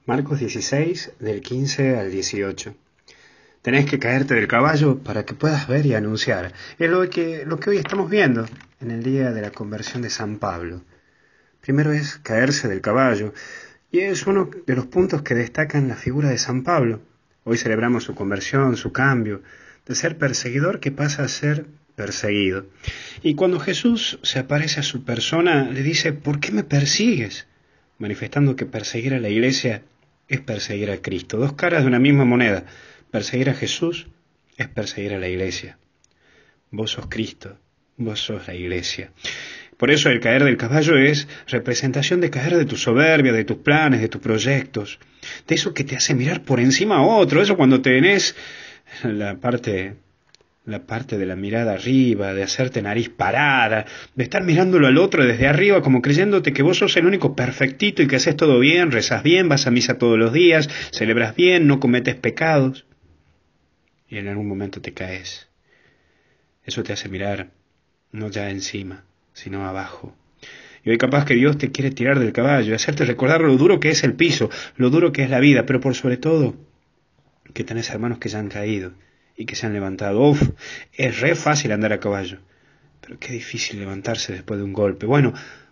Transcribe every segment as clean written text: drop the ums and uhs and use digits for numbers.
Marcos 16, del 15 al 18. Tenés que caerte del caballo para que puedas ver y anunciar. Es lo que hoy estamos viendo en el día de la conversión de San Pablo. Primero es caerse del caballo, y es uno de los puntos que destacan la figura de San Pablo. Hoy celebramos su conversión, su cambio, de ser perseguidor que pasa a ser perseguido. Y cuando Jesús se aparece a su persona, le dice: ¿por qué me persigues? Manifestando que perseguir a la iglesia es perseguir a Cristo. Dos caras de una misma moneda. Perseguir a Jesús es perseguir a la iglesia. Vos sos Cristo, vos sos la iglesia. Por eso el caer del caballo es representación de caer de tu soberbia, de tus planes, de tus proyectos, de eso que te hace mirar por encima a otro, eso cuando tenés la parte de la mirada arriba, de hacerte nariz parada, de estar mirándolo al otro desde arriba como creyéndote que vos sos el único perfectito y que haces todo bien, rezas bien, vas a misa todos los días, celebras bien, no cometes pecados, y en algún momento te caes. Eso te hace mirar no ya encima, sino abajo. Y hoy capaz que Dios te quiere tirar del caballo y hacerte recordar lo duro que es el piso, lo duro que es la vida, pero por sobre todo que tenés hermanos que ya han caído y que se han levantado. Uf, es re fácil andar a caballo, pero qué difícil levantarse después de un golpe. Bueno,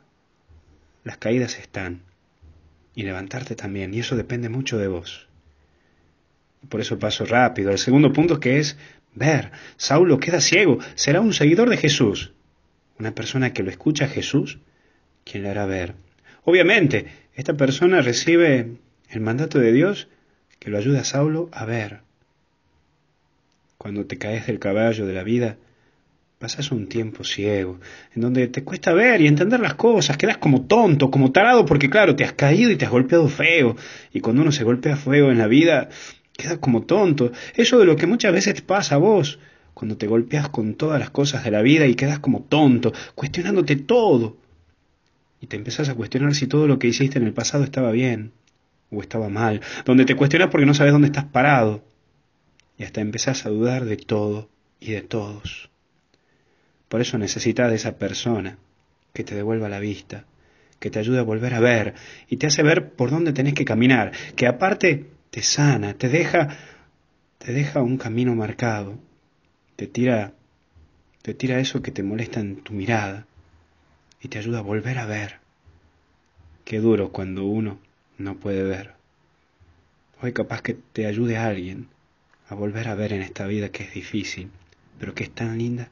las caídas están, y levantarte también, y eso depende mucho de vos. Y por eso paso rápido al segundo punto, que es ver. Saulo queda ciego, será un seguidor de Jesús, una persona que lo escucha a Jesús, quien le hará ver. Obviamente, esta persona recibe el mandato de Dios que lo ayuda a Saulo a ver. Cuando te caes del caballo de la vida, pasas un tiempo ciego, en donde te cuesta ver y entender las cosas, quedas como tonto, como tarado, porque claro, te has caído y te has golpeado feo, y cuando uno se golpea feo en la vida, queda como tonto. Eso de lo que muchas veces te pasa a vos, cuando te golpeas con todas las cosas de la vida y quedas como tonto, cuestionándote todo. Y te empezás a cuestionar si todo lo que hiciste en el pasado estaba bien o estaba mal, donde te cuestionas porque no sabes dónde estás parado, y hasta empezás a dudar de todo y de todos. Por eso necesitas de esa persona que te devuelva la vista, que te ayude a volver a ver y te hace ver por dónde tenés que caminar, que aparte te sana, te deja un camino marcado, te tira eso que te molesta en tu mirada y te ayuda a volver a ver. Qué duro cuando uno no puede ver. Hoy capaz que te ayude a alguien a volver a ver en esta vida que es difícil, pero que es tan linda.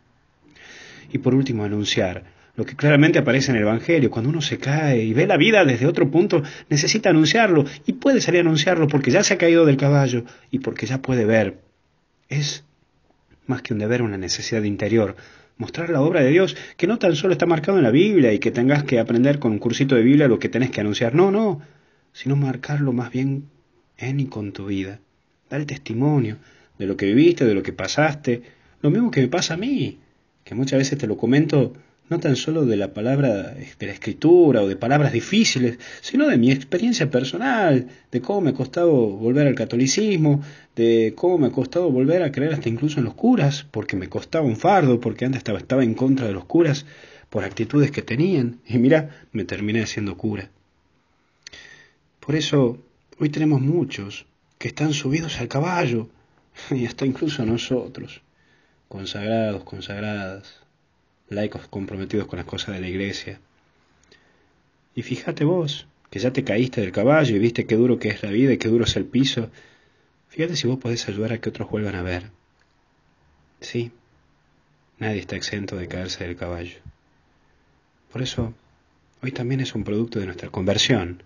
Y por último, anunciar lo que claramente aparece en el Evangelio. Cuando uno se cae y ve la vida desde otro punto, necesita anunciarlo, y puede salir a anunciarlo porque ya se ha caído del caballo y porque ya puede ver. Es más que un deber, una necesidad interior. Mostrar la obra de Dios, que no tan solo está marcado en la Biblia y que tengas que aprender con un cursito de Biblia lo que tenés que anunciar. No, sino marcarlo más bien en y con tu vida. Dar el testimonio de lo que viviste, de lo que pasaste. Lo mismo que me pasa a mí, que muchas veces te lo comento no tan solo de la palabra de la escritura o de palabras difíciles, sino de mi experiencia personal, de cómo me ha costado volver al catolicismo, de cómo me ha costado volver a creer hasta incluso en los curas, porque me costaba un fardo, porque antes estaba en contra de los curas por actitudes que tenían, y mira, me terminé siendo cura. Por eso hoy tenemos muchos que están subidos al caballo, y hasta incluso nosotros, consagrados, consagradas, laicos comprometidos con las cosas de la iglesia. Y fíjate vos, que ya te caíste del caballo y viste qué duro que es la vida y qué duro es el piso. Fíjate si vos podés ayudar a que otros vuelvan a ver. Sí, nadie está exento de caerse del caballo. Por eso, hoy también es un producto de nuestra conversión.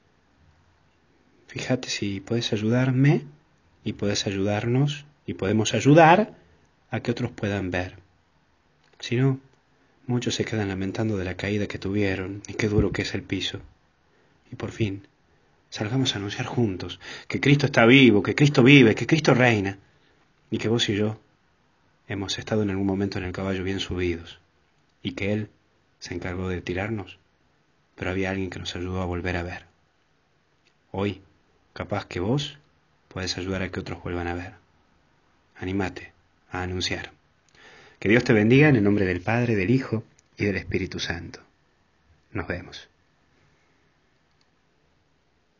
Fíjate si podés ayudarme y podés ayudarnos y podemos ayudar a que otros puedan ver. Si no, muchos se quedan lamentando de la caída que tuvieron y qué duro que es el piso. Y por fin, salgamos a anunciar juntos que Cristo está vivo, que Cristo vive, que Cristo reina, y que vos y yo hemos estado en algún momento en el caballo bien subidos, y que Él se encargó de tirarnos, pero había alguien que nos ayudó a volver a ver. Hoy, capaz que vos podés ayudar a que otros vuelvan a ver. Anímate a anunciar. Que Dios te bendiga en el nombre del Padre, del Hijo y del Espíritu Santo. Nos vemos.